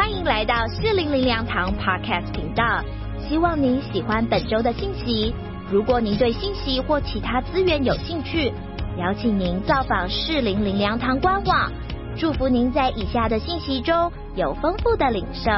欢迎来到4000良堂 Podcast 频道，希望您喜欢本周的信息。如果您对信息或其他资源有兴趣，邀请您造访4000良堂官网。祝福您在以下的信息中有丰富的领受。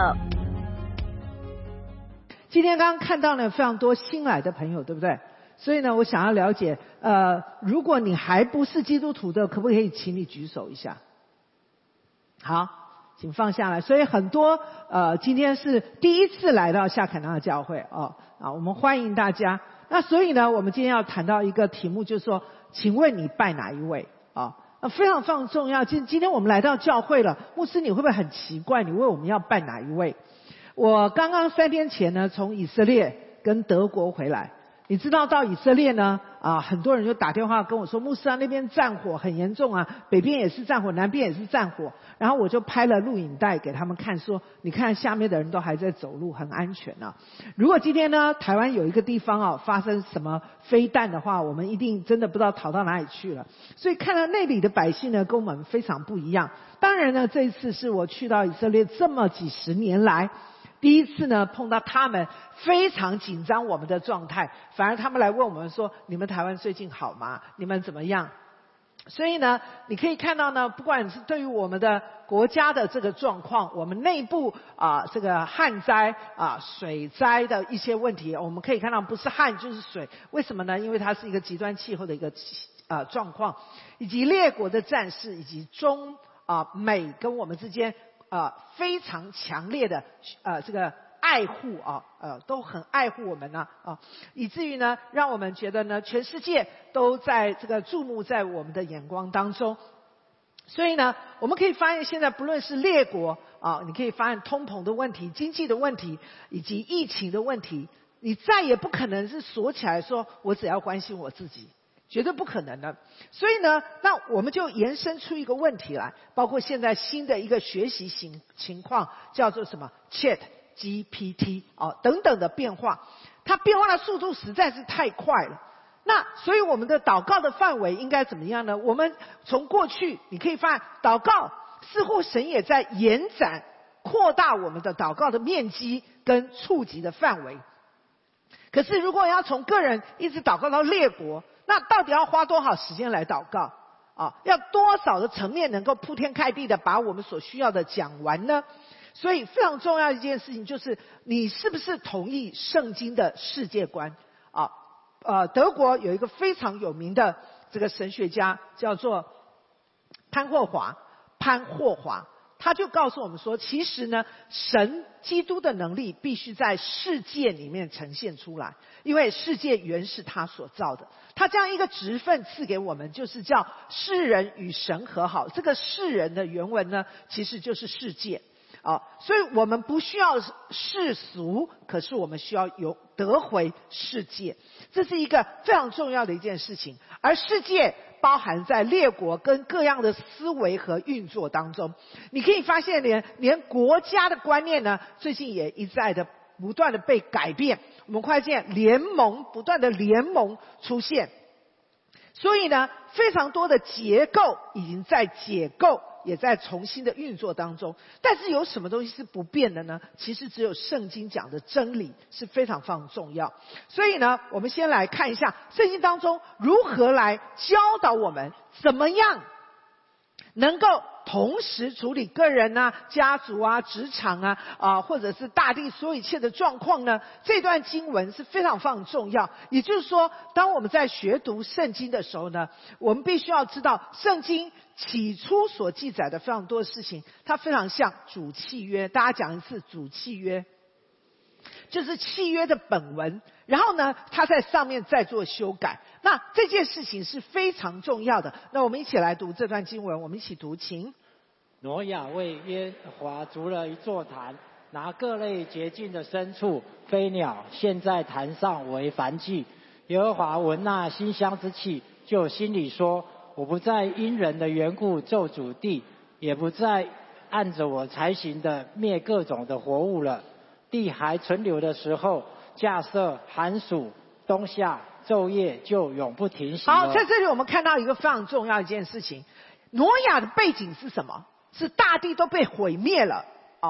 今天刚刚看到呢非常多新来的朋友，对不对？所以呢，我想要了解，如果你还不是基督徒的，可不可以请你举手一下？好，请放下来。所以很多今天是第一次来到夏凯纳的教会我们欢迎大家。那所以呢，我们今天要谈到一个题目，就是说，请问你拜哪一位非常非常重要。今天我们来到教会了，牧师你会不会很奇怪，你问我们要拜哪一位？我刚刚3天前呢，从以色列跟德国回来。你知道到以色列呢很多人就打电话跟我说，牧师那边战火很严重北边也是战火，南边也是战火。然后我就拍了录影带给他们看，说你看下面的人都还在走路，很安全如果今天呢台湾有一个地方发生什么飞弹的话，我们一定真的不知道逃到哪里去了。所以看到那里的百姓呢跟我们非常不一样。当然呢，这一次是我去到以色列这么几十年来第一次呢碰到他们非常紧张我们的状态，反而他们来问我们说，你们台湾最近好吗？你们怎么样？所以呢，你可以看到呢，不管是对于我们的国家的这个状况，我们内部这个旱灾水灾的一些问题，我们可以看到不是旱就是水。为什么呢？因为它是一个极端气候的一个状况，以及列国的战事，以及中美跟我们之间非常强烈的这个爱护都很爱护我们以至于呢让我们觉得呢全世界都在这个注目在我们的眼光当中。所以呢我们可以发现，现在不论是列国你可以发现通膨的问题、经济的问题以及疫情的问题，你再也不可能是锁起来说我只要关心我自己，绝对不可能的。所以呢，那我们就延伸出一个问题来，包括现在新的一个学习情况叫做什么 ChatGPT 等等的变化，它变化的速度实在是太快了。那所以我们的祷告的范围应该怎么样呢？我们从过去你可以发现，祷告似乎神也在延展扩大我们的祷告的面积跟触及的范围。可是如果要从个人一直祷告到列国，那到底要花多少时间来祷告要多少的层面能够铺天盖地的把我们所需要的讲完呢？所以非常重要的一件事情就是你是不是同意圣经的世界观德国有一个非常有名的这个神学家叫做潘霍华，他就告诉我们说，其实呢神基督的能力必须在世界里面呈现出来，因为世界原是他所造的。他将一个职分赐给我们，就是叫世人与神和好。这个世人的原文呢其实就是世界所以我们不需要世俗，可是我们需要有得回世界，这是一个非常重要的一件事情。而世界包含在列国跟各样的思维和运作当中。你可以发现连国家的观念呢最近也一再的不断的被改变，我们看见不断的联盟出现。所以呢非常多的结构已经在解构，也在重新的运作当中。但是有什么东西是不变的呢？其实只有圣经讲的真理是非常非常重要。所以呢我们先来看一下圣经当中如何来教导我们怎么样能够同时处理个人家族职场或者是大地所有一切的状况呢？这段经文是非常非常重要。也就是说，当我们在学读圣经的时候呢，我们必须要知道圣经起初所记载的非常多的事情，它非常像主契约。大家讲一次，主契约就是契约的本文，然后呢它在上面再做修改。那这件事情是非常重要的。那我们一起来读这段经文，我们一起读，请。 挪亚为耶和华筑了一座坛，拿各类洁净的牲畜、飞鸟献在坛上为燔祭。耶和华闻那馨香之气，就心里说，我不再因人的缘故咒诅地，也不再按着我才行的灭各种的活物了。地还存留的时候，架设寒暑冬夏昼夜就永不停息了。 好，在这里我们看到一个非常重要的一件事情，挪亚的背景是什么？是大地都被毁灭了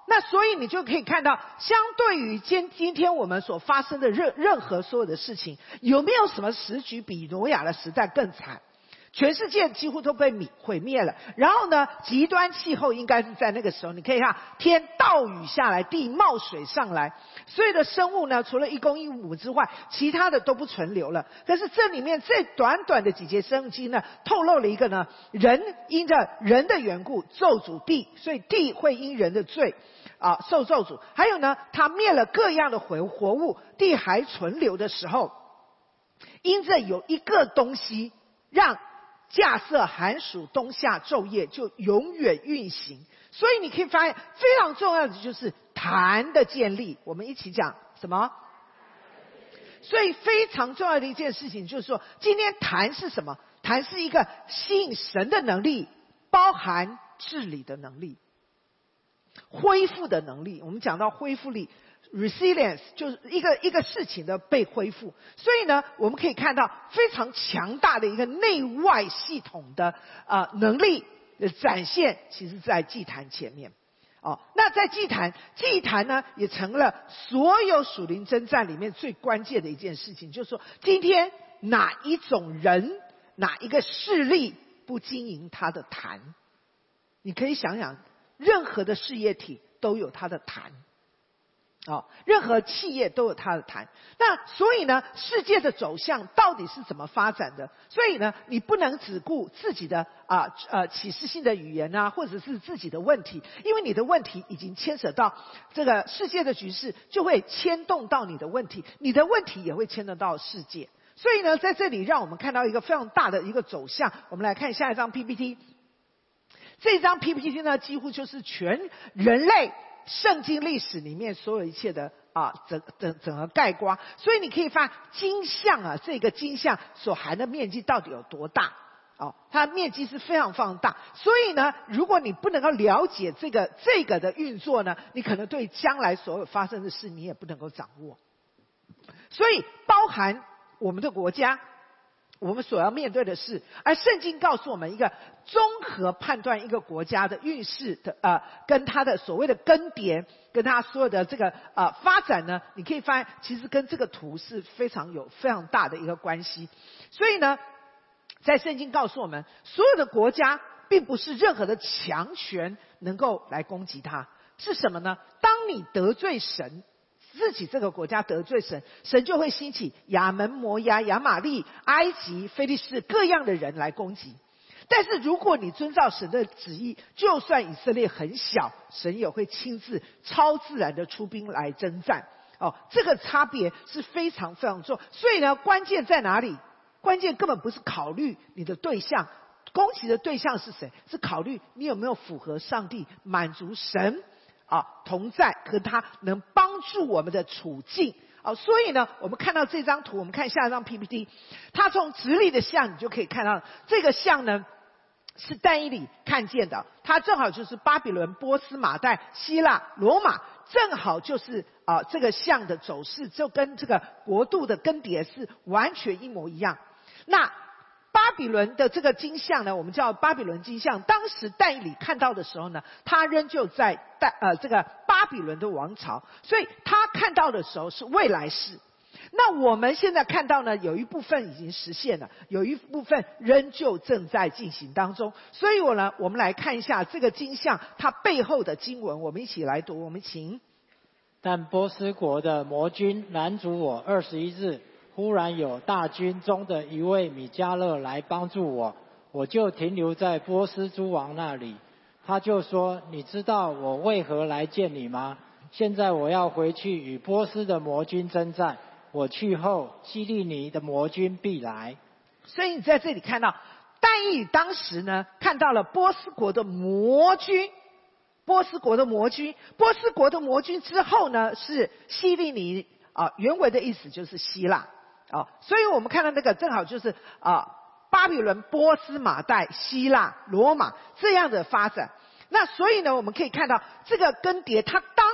那所以你就可以看到，相对于今天我们所发生的任何所有的事情，有没有什么时局比挪亚的时代更惨？全世界几乎都被毁灭了，然后呢，极端气候应该是在那个时候，你可以看天倒雨下来，地冒水上来，所有的生物呢，除了一公一母之外，其他的都不存留了。可是这里面这短短的几节圣经呢，透露了一个呢，人因着人的缘故咒诅地，所以地会因人的罪受咒诅。还有呢，他灭了各样的活物，地还存留的时候，因着有一个东西让架设寒暑冬夏昼夜就永远运行。所以你可以发现非常重要的就是坛的建立。我们一起讲什么？所以非常重要的一件事情就是说，今天坛是什么？坛是一个吸引神的能力，包含治理的能力，恢复的能力。我们讲到恢复力，resilience 就是一个事情的被恢复。所以呢，我们可以看到非常强大的一个内外系统的能力的展现，其实在祭坛前面。那在祭坛呢，也成了所有属灵征战里面最关键的一件事情，就是说，今天哪一种人，哪一个势力不经营他的坛？你可以想想，任何的事业体都有他的坛。任何企业都有它的坛。那所以呢，世界的走向到底是怎么发展的？所以呢，你不能只顾自己的启示性的语言啊，或者是自己的问题，因为你的问题已经牵扯到这个世界的局势，就会牵动到你的问题，你的问题也会牵动到世界。所以呢，在这里让我们看到一个非常大的一个走向。我们来看下一张 PPT。这张 PPT 呢，几乎就是全人类圣经历史里面所有一切的整个概括。所以你可以发现经像这个经像所含的面积到底有多大。它的面积是非常非常大。所以呢，如果你不能够了解这个的运作呢，你可能对将来所有发生的事你也不能够掌握。所以包含我们的国家，我们所要面对的事，而圣经告诉我们一个综合判断一个国家的运势的跟它的所谓的更迭，跟它所有的这个发展呢，你可以发现其实跟这个图是非常大的一个关系。所以呢，在圣经告诉我们，所有的国家并不是任何的强权能够来攻击它，是什么呢？当你得罪神，自己这个国家得罪神，神就会兴起亚门、摩押、亚玛利、埃及、非利士各样的人来攻击。但是如果你遵照神的旨意，就算以色列很小，神也会亲自超自然的出兵来征战。这个差别是非常非常重。所以呢，关键在哪里？关键根本不是考虑你的对象，攻击的对象是谁，是考虑你有没有符合上帝，满足神同在和他能帮助我们的处境。所以呢，我们看到这张图，我们看下一张 PPT， 它从直立的像你就可以看到，这个像呢是但以理看见的，它正好就是巴比伦、波斯、马代、希腊、罗马，正好就是这个像的走势就跟这个国度的更迭是完全一模一样。那巴比伦的这个金像呢，我们叫巴比伦金像。当时但以理看到的时候呢，他仍旧在这个巴比伦的王朝，所以他看到的时候是未来式。那我们现在看到呢，有一部分已经实现了，有一部分仍旧正在进行当中。所以我们来看一下这个金像它背后的经文，我们一起来读。我们请。 但波斯国的魔军拦阻我21日，忽然有大军中的一位米迦勒来帮助我，我就停留在波斯诸王那里。他就说：你知道我为何来见你吗？现在我要回去与波斯的魔军征战，我去后，希利尼的魔军必来。 所以你在这里看到但以理当时呢看到了波斯国的魔军，波斯国的魔军之后呢是希利尼原文的意思就是希腊。所以我们看到那个正好就是巴比伦、波斯、马代、希腊、罗马这样的发展。那所以呢，我们可以看到这个更迭，它当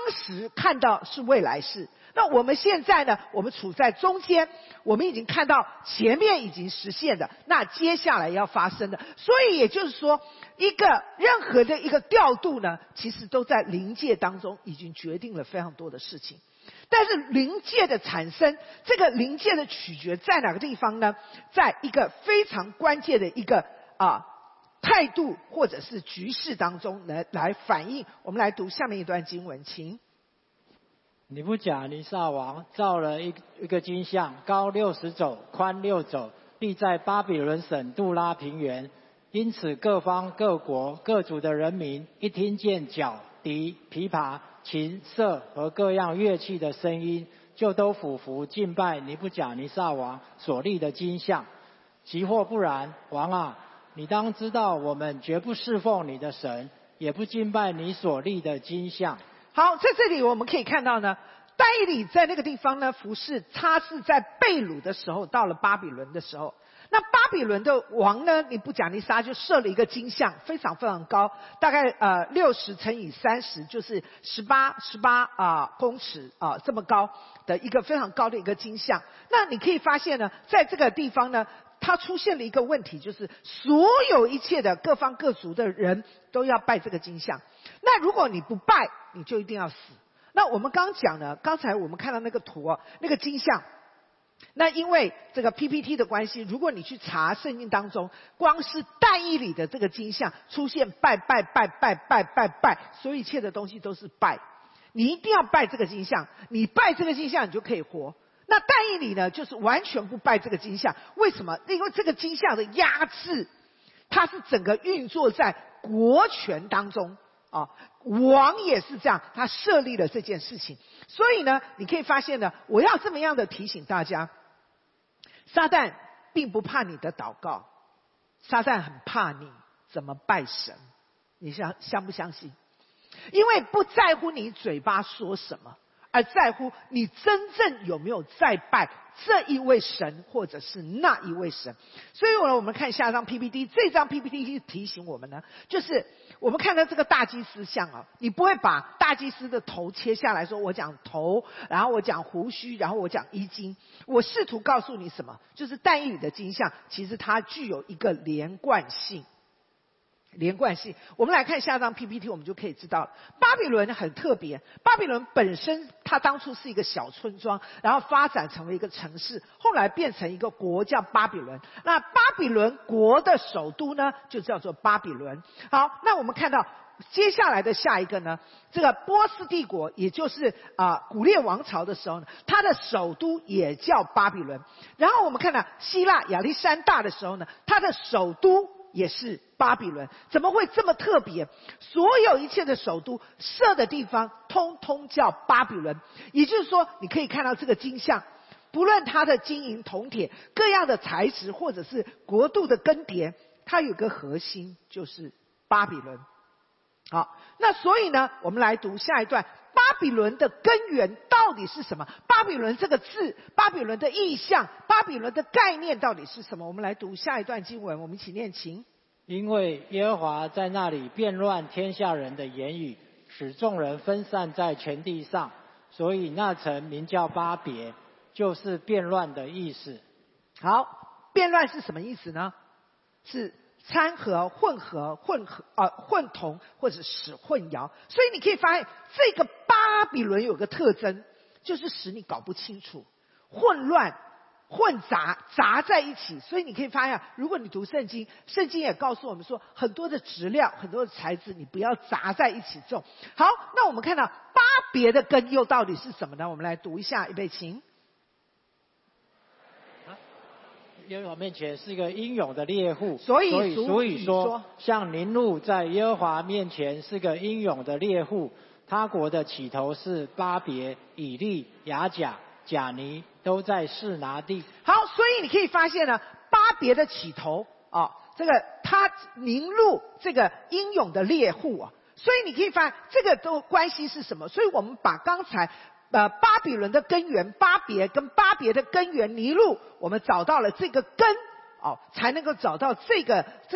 时看到是未来式。那我们现在呢，我们处在中间，我们已经看到前面已经实现的，那接下来要发生的。所以也就是说，任何的一个调度呢，其实都在灵界当中已经决定了非常多的事情。但是灵界的产生，这个灵界的取决在哪个地方呢？在一个非常关键的一个态度或者是局势当中来反映。我们来读下面一段经文，请。 尼布甲尼撒王造了一个金像，高60肘，宽6肘，立在巴比伦省杜拉平原。因此各方各国各族的人民一听见角、笛、琵琶、琴瑟和各样乐器的声音，就都俯伏敬拜尼布甲尼撒王所立的金像。其或不然，王啊，你当知道，我们绝不侍奉你的神，也不敬拜你所立的金像。 好，在这里我们可以看到呢，但以理在那个地方呢服侍，他是在被掳的时候，到了巴比伦的时候。那巴比伦的王呢，尼布甲尼撒就设了一个金像，非常非常高，大概60乘以30，就是18公尺这么高的一个非常高的一个金像。那你可以发现呢，在这个地方呢，它出现了一个问题，就是所有一切的各方各族的人都要拜这个金像。那如果你不拜，你就一定要死。那我们刚讲呢，刚才我们看到那个图那个金像。那因为这个 PPT 的关系，如果你去查圣经当中，光是但以理的这个金像出现拜，所有一切的东西都是拜。你一定要拜这个金像，你拜这个金像你就可以活。那但以理呢，就是完全不拜这个金像。为什么？因为这个金像的压制，它是整个运作在国权当中。王也是这样，他设立了这件事情。所以呢，你可以发现呢，我要这么样的提醒大家，撒旦并不怕你的祷告，撒旦很怕你怎么拜神。你相不相信？因为不在乎你嘴巴说什么，而在乎你真正有没有在拜这一位神或者是那一位神。所以我们看下一张 PPT， 这张 PPT 提醒我们呢，就是我们看到这个大祭司像你不会把大祭司的头切下来说我讲头，然后我讲胡须，然后我讲衣襟。我试图告诉你什么，就是但以理的金像其实它具有一个连贯性。我们来看下张 PPT， 我们就可以知道了。巴比伦很特别，巴比伦本身它当初是一个小村庄，然后发展成为一个城市，后来变成一个国叫巴比伦。那巴比伦国的首都呢，就叫做巴比伦。好，那我们看到接下来的下一个呢，这个波斯帝国，也就是古列王朝的时候呢，它的首都也叫巴比伦。然后我们看到希腊亚历山大的时候呢，它的首都也是巴比伦。怎么会这么特别？所有一切的首都设的地方通通叫巴比伦。也就是说，你可以看到这个金像，不论它的金银铜铁各样的材质，或者是国度的更迭，它有个核心，就是巴比伦。好，那所以呢，我们来读下一段，巴比伦的根源到底是什么？巴比伦这个字，巴比伦的意象，巴比伦的概念到底是什么？我们来读下一段经文，我们一起念，请。 因为耶和华在那里变乱天下人的言语，使众人分散在全地上，所以那城名叫巴别，就是变乱的意思。 好，变乱是什么意思呢？是掺和、混同，或者使混淆。所以你可以发现，这个巴比伦有个特征，就是使你搞不清楚、混乱、混杂、杂在一起。所以你可以发现，如果你读圣经，圣经也告诉我们说，很多的质料、很多的材质，你不要杂在一起种。好，那我们看到巴别的根又到底是什么呢？我们来读一下，预备，请。 耶和华面前是一个英勇的猎户， 所以说，像尼禄在耶和华面前是个英勇的猎户。他国的起头是巴别、以利、雅甲、贾尼，都在示拿地。 好，所以你可以发现呢，巴别的起头这个他尼禄这个英勇的猎户所以你可以发现这个都关系是什么？所以我们把刚才巴比伦的根源巴别跟巴别的根源尼禄，我们找到了这个根才能够找到这个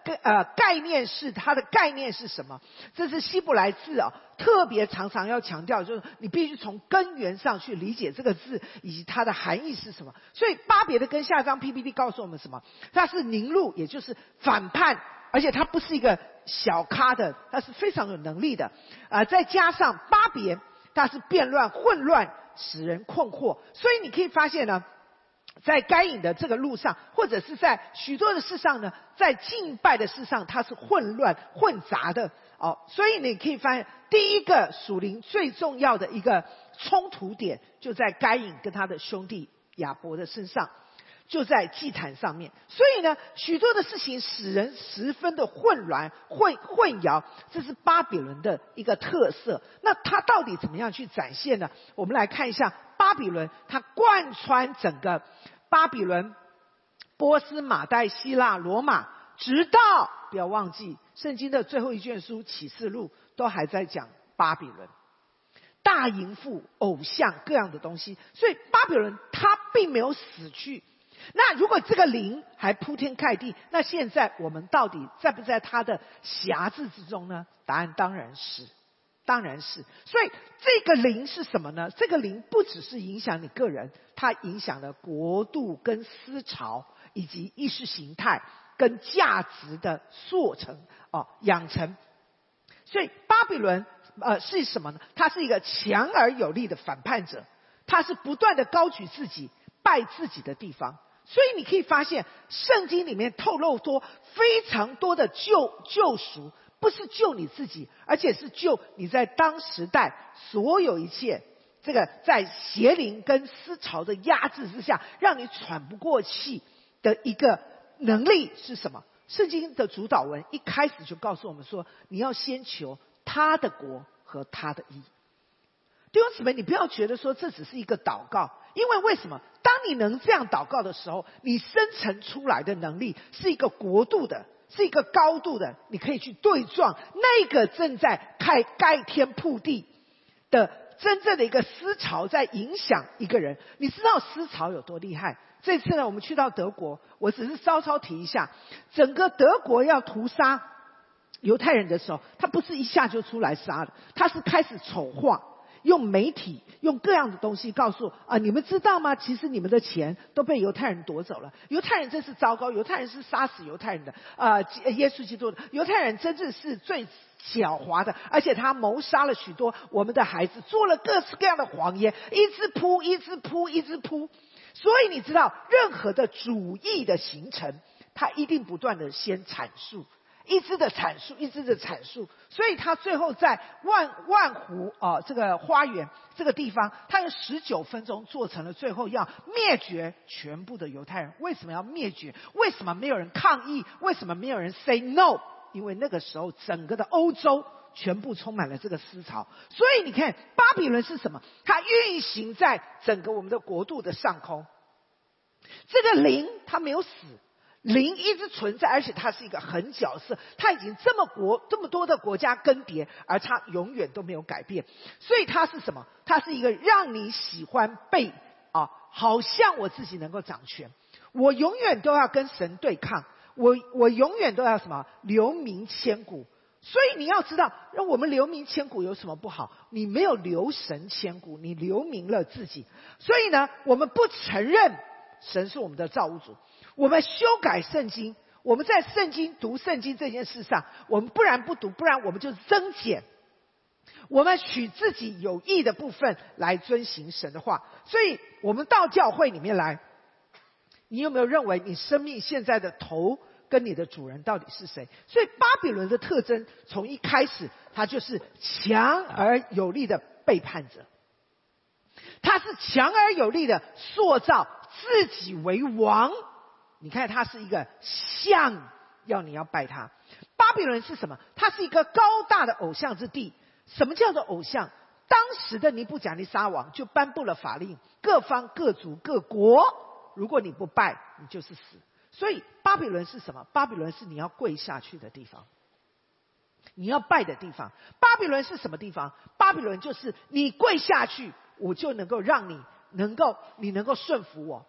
概念是什么？这是希伯来字啊，特别常常要强调，就是你必须从根源上去理解这个字以及它的含义是什么。所以巴别的跟下张 PPT 告诉我们什么？它是宁录，也就是反叛，而且它不是一个小咖的，它是非常有能力的。再加上巴别，它是变乱、混乱，使人困惑。所以你可以发现呢，在该隐的这个路上，或者是在许多的事上呢，在敬拜的事上，它是混乱混杂的哦。所以你可以发现，第一个属灵最重要的一个冲突点，就在该隐跟他的兄弟亚伯的身上，就在祭坛上面。所以呢，许多的事情使人十分的混乱混淆，这是巴比伦的一个特色。那它到底怎么样去展现呢？我们来看一下巴比伦，它贯穿整个巴比伦、波斯、马代、希腊、罗马，直到不要忘记圣经的最后一卷书启示录都还在讲巴比伦。大淫妇、偶像各样的东西，所以巴比伦它并没有死去。那如果这个灵还铺天盖地，那现在我们到底在不在它的辖制之中呢？答案当然是。所以这个灵是什么呢？这个灵不只是影响你个人，它影响了国度跟思潮，以及意识形态跟价值的塑成养成。所以巴比伦是什么呢？它是一个强而有力的反叛者，它是不断的高举自己、拜自己的地方。所以你可以发现，圣经里面透露非常多的救赎，不是救你自己，而且是救你在当时代所有一切这个在邪灵跟思潮的压制之下，让你喘不过气的一个能力是什么？圣经的主导文一开始就告诉我们说，你要先求他的国和他的义。弟兄姊妹，你不要觉得说这只是一个祷告，因为为什么？当你能这样祷告的时候，你生成出来的能力是一个国度的，是一个高度的，你可以去对撞那个正在盖天铺地的真正的一个思潮在影响一个人。你知道思潮有多厉害？这次呢，我们去到德国，我只是稍稍提一下，整个德国要屠杀犹太人的时候，他不是一下就出来杀的，他是开始丑化，用媒体用各样的东西告诉你们知道吗？其实你们的钱都被犹太人夺走了，犹太人真是糟糕，犹太人是杀死犹太人的耶稣基督的，犹太人真正是最狡猾的，而且他谋杀了许多我们的孩子，做了各式各样的谎言，一直铺。所以你知道，任何的主义的形成，他一定不断的先阐述，一直的阐述，所以他最后在万湖这个花园这个地方，他用19分钟做成了最后要灭绝全部的犹太人。为什么要灭绝？为什么没有人抗议？为什么没有人 say no？ 因为那个时候整个的欧洲全部充满了这个思潮。所以你看巴比伦是什么？它运行在整个我们的国度的上空，这个灵它没有死，灵一直存在，而且它是一个狠角色，它已经这么多的国家更迭，而它永远都没有改变。所以它是什么？它是一个让你喜欢被好像我自己能够掌权，我永远都要跟神对抗，我永远都要什么留名千古。所以你要知道，让我们留名千古有什么不好？你没有留神千古，你留名了自己。所以呢，我们不承认神是我们的造物主，我们修改圣经，我们在读圣经这件事上，我们不然不读，不然我们就增减，我们取自己有益的部分来遵行神的话。所以我们到教会里面来，你有没有认为你生命现在的头跟你的主人到底是谁？所以巴比伦的特征从一开始，他就是强而有力的背叛者，他是强而有力的塑造自己为王。你看他是一个像，要你要拜他。巴比伦是什么？它是一个高大的偶像之地。什么叫做偶像？当时的尼布甲尼撒王就颁布了法令，各方各族各国，如果你不拜，你就是死。所以巴比伦是什么？巴比伦是你要跪下去的地方，你要拜的地方。巴比伦是什么地方？巴比伦就是你跪下去，我就能够让你能够顺服我，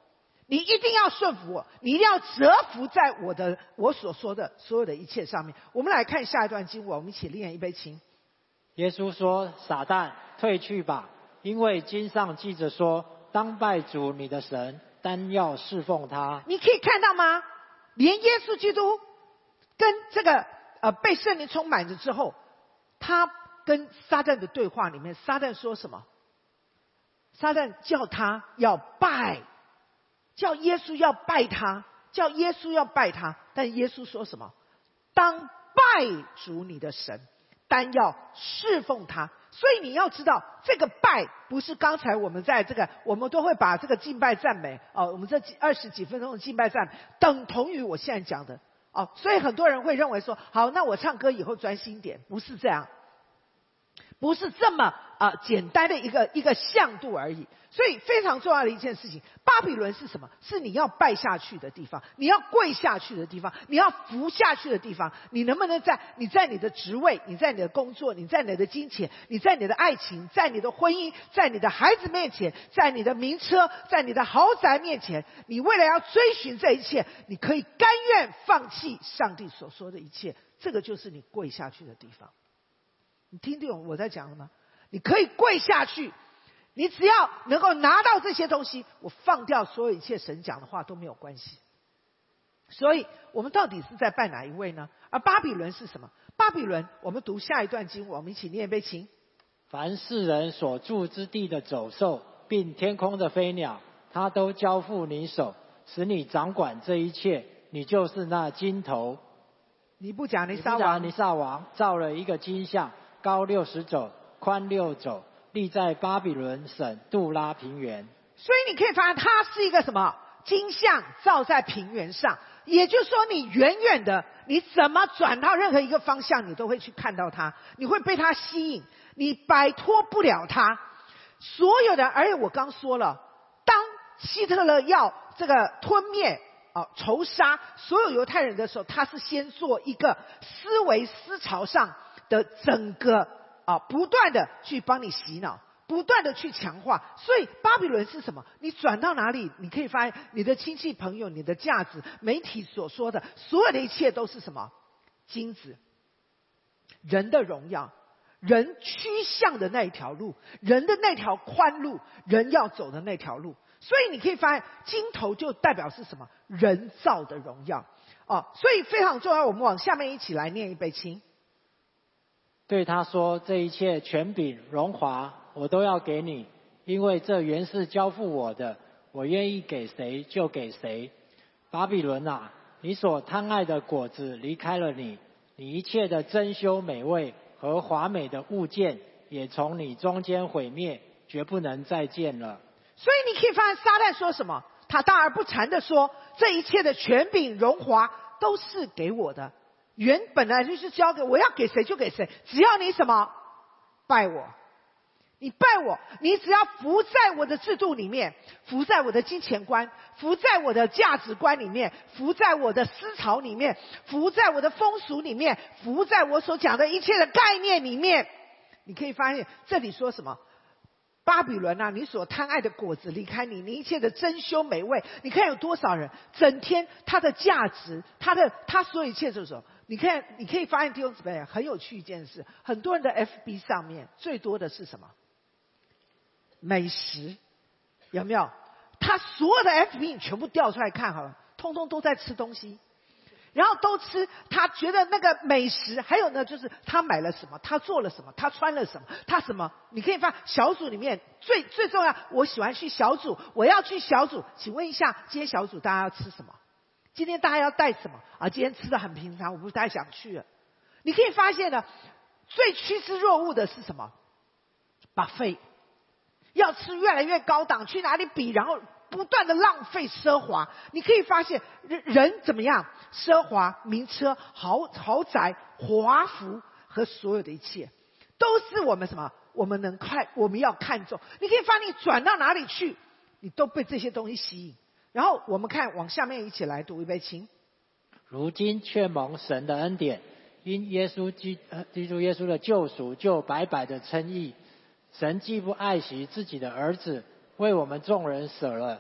你一定要顺服我，你一定要折服在我所说的所有的一切上面。我们来看下一段经文，我们一起念一杯请。 耶稣说：撒旦，退去吧，因为经上记着说，当拜主你的神，单要侍奉他。 你可以看到吗？连耶稣基督跟这个被圣灵充满了之后，他跟撒旦的对话里面，撒旦说什么？撒旦叫他要拜，叫耶稣要拜他，叫耶稣要拜他。但耶稣说什么？当拜主你的神，单要侍奉他。所以你要知道，这个拜不是刚才我们在这个，我们都会把这个敬拜赞美我们这20几分钟的敬拜赞美等同于我现在讲的所以很多人会认为说，好，那我唱歌以后专心点，不是这样，不是这么简单的一个向度而已。所以非常重要的一件事情，巴比伦是什么？是你要拜下去的地方，你要跪下去的地方，你要服下去的地方。你能不能在你的职位，你在你的工作，你在你的金钱，你在你的爱情，在你的婚姻，在你的孩子面前，在你的名车，在你的豪宅面前，你为了要追寻这一切，你可以甘愿放弃上帝所说的一切。这个就是你跪下去的地方。你听懂我在讲了吗？你可以跪下去，你只要能够拿到这些东西，我放掉所有一切神讲的话都没有关系。所以我们到底是在拜哪一位呢？而巴比伦是什么？巴比伦，我们读下一段经文，我们一起念一杯请。 凡世人所住之地的走兽，并天空的飞鸟，他都交付你手，使你掌管这一切，你就是那金头。 尼布甲尼撒王造了一个金像，高60肘，宽6肘，立在巴比伦省杜拉平原。 所以你可以发现，它是一个什么？金像造在平原上。也就是说，你远远的，你怎么转到任何一个方向，你都会去看到它，你会被它吸引，你摆脱不了它。所有的，而且我刚说了，当希特勒要这个吞灭仇杀所有犹太人的时候，他是先做一个思维思潮上的整个不断的去帮你洗脑，不断的去强化。所以巴比伦是什么？你转到哪里，你可以发现你的亲戚朋友、你的价值、媒体所说的所有的一切都是什么？金子，人的荣耀，人趋向的那一条路，人的那条宽路，人要走的那条路。所以你可以发现，金头就代表是什么？人造的荣耀所以非常重要。我们往下面一起来念一杯请。 对他说：这一切权柄荣华我都要给你，因为这原是交付我的，我愿意给谁就给谁。巴比伦啊，你所贪爱的果子离开了你，你一切的珍馐美味和华美的物件也从你中间毁灭，绝不能再见了。 所以你可以发现撒旦说什么？他大而不惭的说，这一切的权柄荣华都是给我的，本来就是交给我，要给谁就给谁，只要你什么拜我，你拜我，你只要服在我的制度里面，服在我的金钱观，服在我的价值观里面，服在我的思潮里面，服在我的风俗里面，服在我所讲的一切的概念里面。你可以发现这里说什么？巴比伦啊，你所贪爱的果子离开你，你一切的珍馐美味。你看有多少人整天他的价值，他所有一切的时候，你可以发现弟兄姊妹很有趣一件事，很多人的 FB 上面最多的是什么？美食，有没有？他所有的 FB 你全部调出来看好了，通通都在吃东西。然后都吃他觉得那个美食，还有呢就是他买了什么，他做了什么，他穿了什么，他什么。你可以发现小组里面最重要，我喜欢去小组，我要去小组。请问一下，今天小组大家要吃什么？今天大家要带什么今天吃的很平常，我不太想去了。你可以发现呢，最趋之若鹜的是什么？ buffet， 要吃越来越高档，去哪里比，然后不断的浪费奢华。你可以发现人怎么样？奢华、名车、豪宅、华服和所有的一切，都是我们什么？我们要看重。你可以发现，你转到哪里去，你都被这些东西吸引。然后我们看往下面一起来读一杯请。 如今却蒙神的恩典，因耶稣基督耶稣的救赎，就白白的称义。神既不爱惜自己的儿子，为我们众人舍了，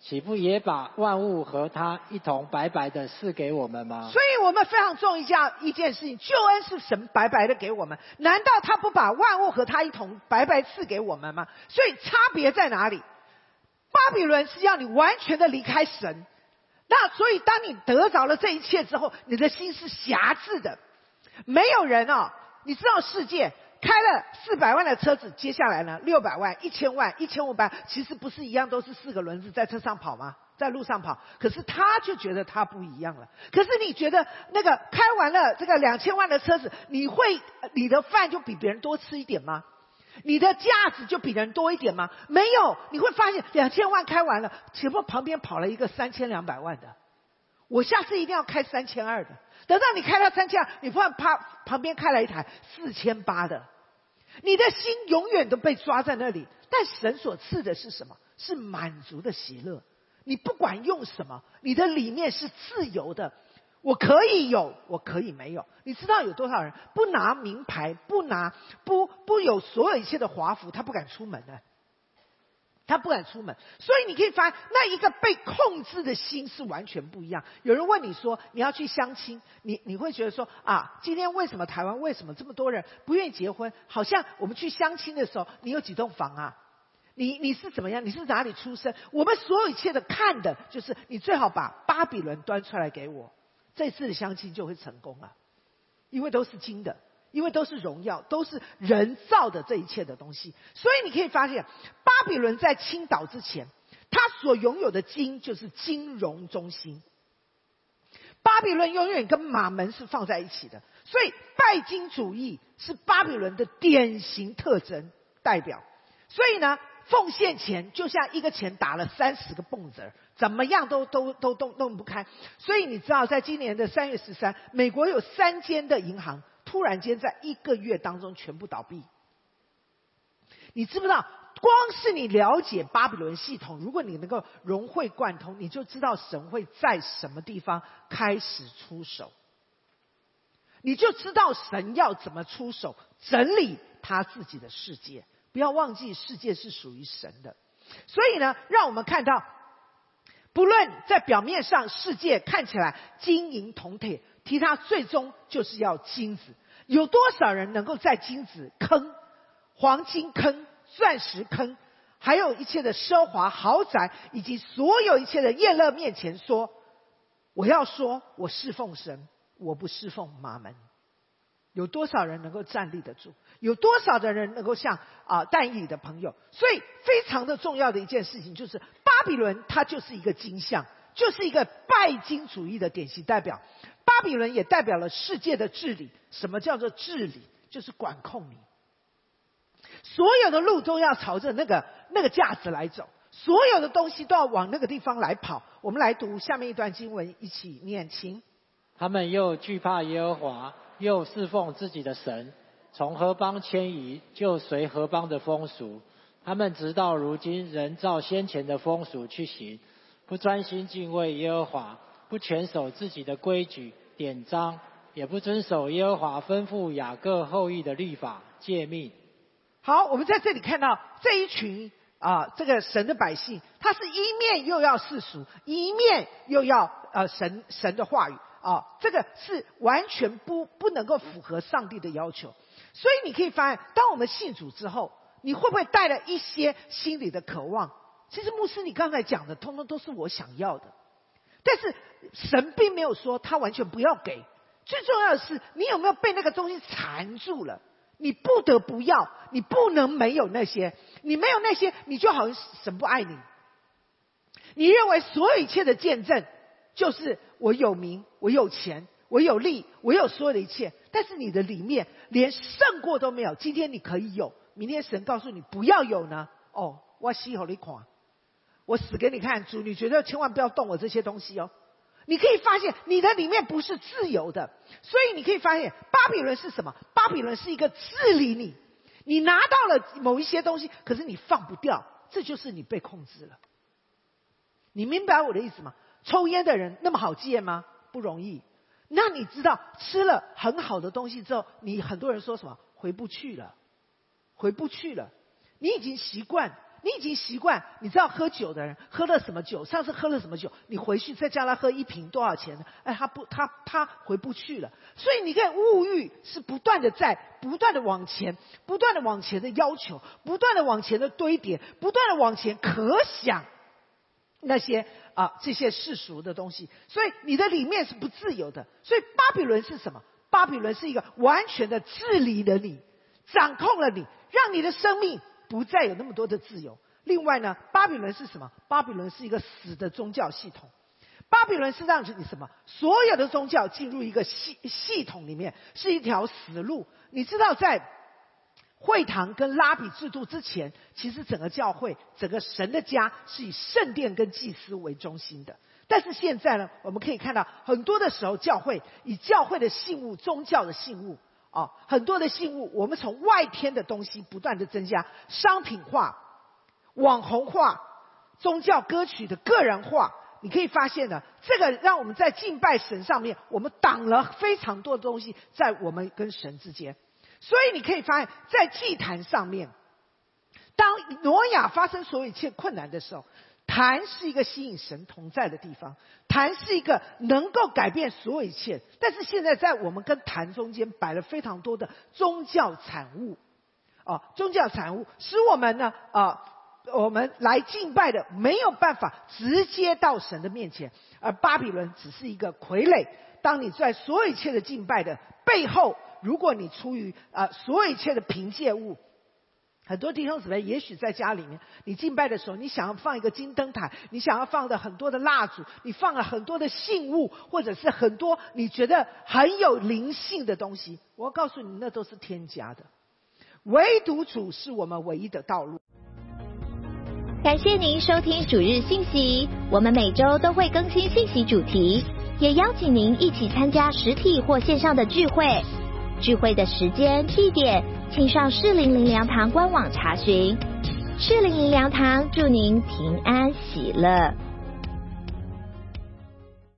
岂不也把万物和他一同白白的赐给我们吗？ 所以我们非常重要一件事情，救恩是神白白的给我们，难道他不把万物和他一同白白赐给我们吗？所以差别在哪里？巴比伦是要你完全的离开神，那所以当你得着了这一切之后，你的心是辖制的。没有人你知道世界开了400万的车子，接下来呢600万、1000万、1500，其实不是一样都是4个轮子在车上跑吗？在路上跑，可是他就觉得他不一样了。可是你觉得那个开完了这个2000万的车子，你的饭就比别人多吃一点吗？你的价值就比人多一点吗？没有，你会发现2000万开完了，前面旁边跑了一个3200万的，我下次一定要开3200的。等到你开到3200，你突然旁边开了一台4800的，你的心永远都被抓在那里。但神所赐的是什么？是满足的喜乐。你不管用什么，你的里面是自由的。我可以有，我可以没有。你知道有多少人不拿名牌，不有所有一切的华服，他不敢出门呢？他不敢出门。所以你可以发现，那一个被控制的心是完全不一样。有人问你说你要去相亲，你会觉得说今天为什么台湾为什么这么多人不愿意结婚？好像我们去相亲的时候，你有几栋房啊？你是怎么样？你是哪里出生？我们所有一切的看的就是你最好把巴比伦端出来给我，这次的相亲就会成功了。因为都是金的，因为都是荣耀，都是人造的这一切的东西。所以你可以发现，巴比伦在倾倒之前，他所拥有的金就是金融中心。巴比伦永远跟马门是放在一起的，所以拜金主义是巴比伦的典型特征代表。所以呢，奉献钱就像一个钱打了30个蹦子，怎么样都弄不开。所以你知道，在今年的3月13，美国有3间的银行突然间在1个月当中全部倒闭。你知不知道？光是你了解巴比伦系统，如果你能够融会贯通，你就知道神会在什么地方开始出手，你就知道神要怎么出手整理他自己的世界。不要忘记，世界是属于神的。所以呢，让我们看到，不论在表面上世界看起来金银铜铁，其他最终就是要金子。有多少人能够在金子坑、黄金坑、钻石坑，还有一切的奢华豪宅，以及所有一切的宴乐面前说，我要说我侍奉神，我不侍奉马门？有多少人能够站立得住？有多少的人能够像但以理的朋友？所以非常的重要的一件事情就是，巴比伦它就是一个金像，就是一个拜金主义的典型代表。巴比伦也代表了世界的治理。什么叫做治理？就是管控你。所有的路都要朝着那个架子来走，所有的东西都要往那个地方来跑。我们来读下面一段经文，一起念，请。 他们又惧怕耶和华，又侍奉自己的神，从何邦迁移，就随何邦的风俗。他们直到如今仍照先前的风俗去行，不专心敬畏耶和华，不全守自己的规矩典章，也不遵守耶和华吩咐雅各后裔的律法诫命。 好，我们在这里看到这一群这个神的百姓，他是一面又要世俗，一面又要神的话语这个是完全不能够符合上帝的要求。所以你可以发现，当我们信主之后，你会不会带了一些心里的渴望？其实牧师你刚才讲的通通都是我想要的，但是神并没有说他完全不要给。最重要的是，你有没有被那个东西缠住了？你不得不要，你不能没有那些。你没有那些，你就好像神不爱你。你认为所有一切的见证就是我有名，我有钱，我有利，我有所有的一切，但是你的里面连胜过都没有。今天你可以有，明天神告诉你不要有呢，我死给你看，我死给你看，主你觉得千万不要动我这些东西哦。你可以发现你的里面不是自由的。所以你可以发现巴比伦是什么？巴比伦是一个治理你，你拿到了某一些东西，可是你放不掉，这就是你被控制了。你明白我的意思吗？抽烟的人那么好戒吗？不容易。那你知道吃了很好的东西之后，你很多人说什么？回不去了，回不去了。你已经习惯， 你已经习惯，你知道喝酒的人喝了什么酒，上次喝了什么酒，你回去再叫他喝一瓶多少钱呢？他回不去了。所以你看，物欲是不断的往前，不断的往前的要求，不断的往前的堆叠，不断的往前，可想那些这些世俗的东西，所以你的里面是不自由的。所以巴比伦是什么？巴比伦是一个完全的治理了你，掌控了你，让你的生命不再有那么多的自由。另外呢，巴比伦是什么？巴比伦是一个死的宗教系统。巴比伦是让你什么？所有的宗教进入一个系统里面，是一条死路。你知道在会堂跟拉比制度之前，其实整个教会，整个神的家是以圣殿跟祭司为中心的。但是现在呢，我们可以看到很多的时候，教会以教会的信物、宗教的信物很多的信物，我们从外天的东西不断的增加，商品化、网红化、宗教歌曲的个人化。你可以发现呢，这个让我们在敬拜神上面，我们挡了非常多的东西在我们跟神之间。所以你可以发现，在祭坛上面，当挪亚发生所有一切困难的时候，坛是一个吸引神同在的地方，坛是一个能够改变所有一切。但是现在在我们跟坛中间摆了非常多的宗教产物宗教产物使我们呢我们来敬拜的没有办法直接到神的面前，而巴比伦只是一个傀儡。当你在所有一切的敬拜的背后，如果你出于所有一切的凭借物，很多弟兄姊妹也许在家里面，你敬拜的时候，你想要放一个金灯台，你想要放的很多的蜡烛，你放了很多的信物，或者是很多你觉得很有灵性的东西，我要告诉你，那都是添加的。唯独主是我们唯一的道路。 感谢您收听主日信息，我们每周都会更新信息主题，也邀请您一起参加实体或线上的聚会。聚会的时间、地点，请上士林灵粮堂官网查询。士林灵粮堂祝您平安喜乐。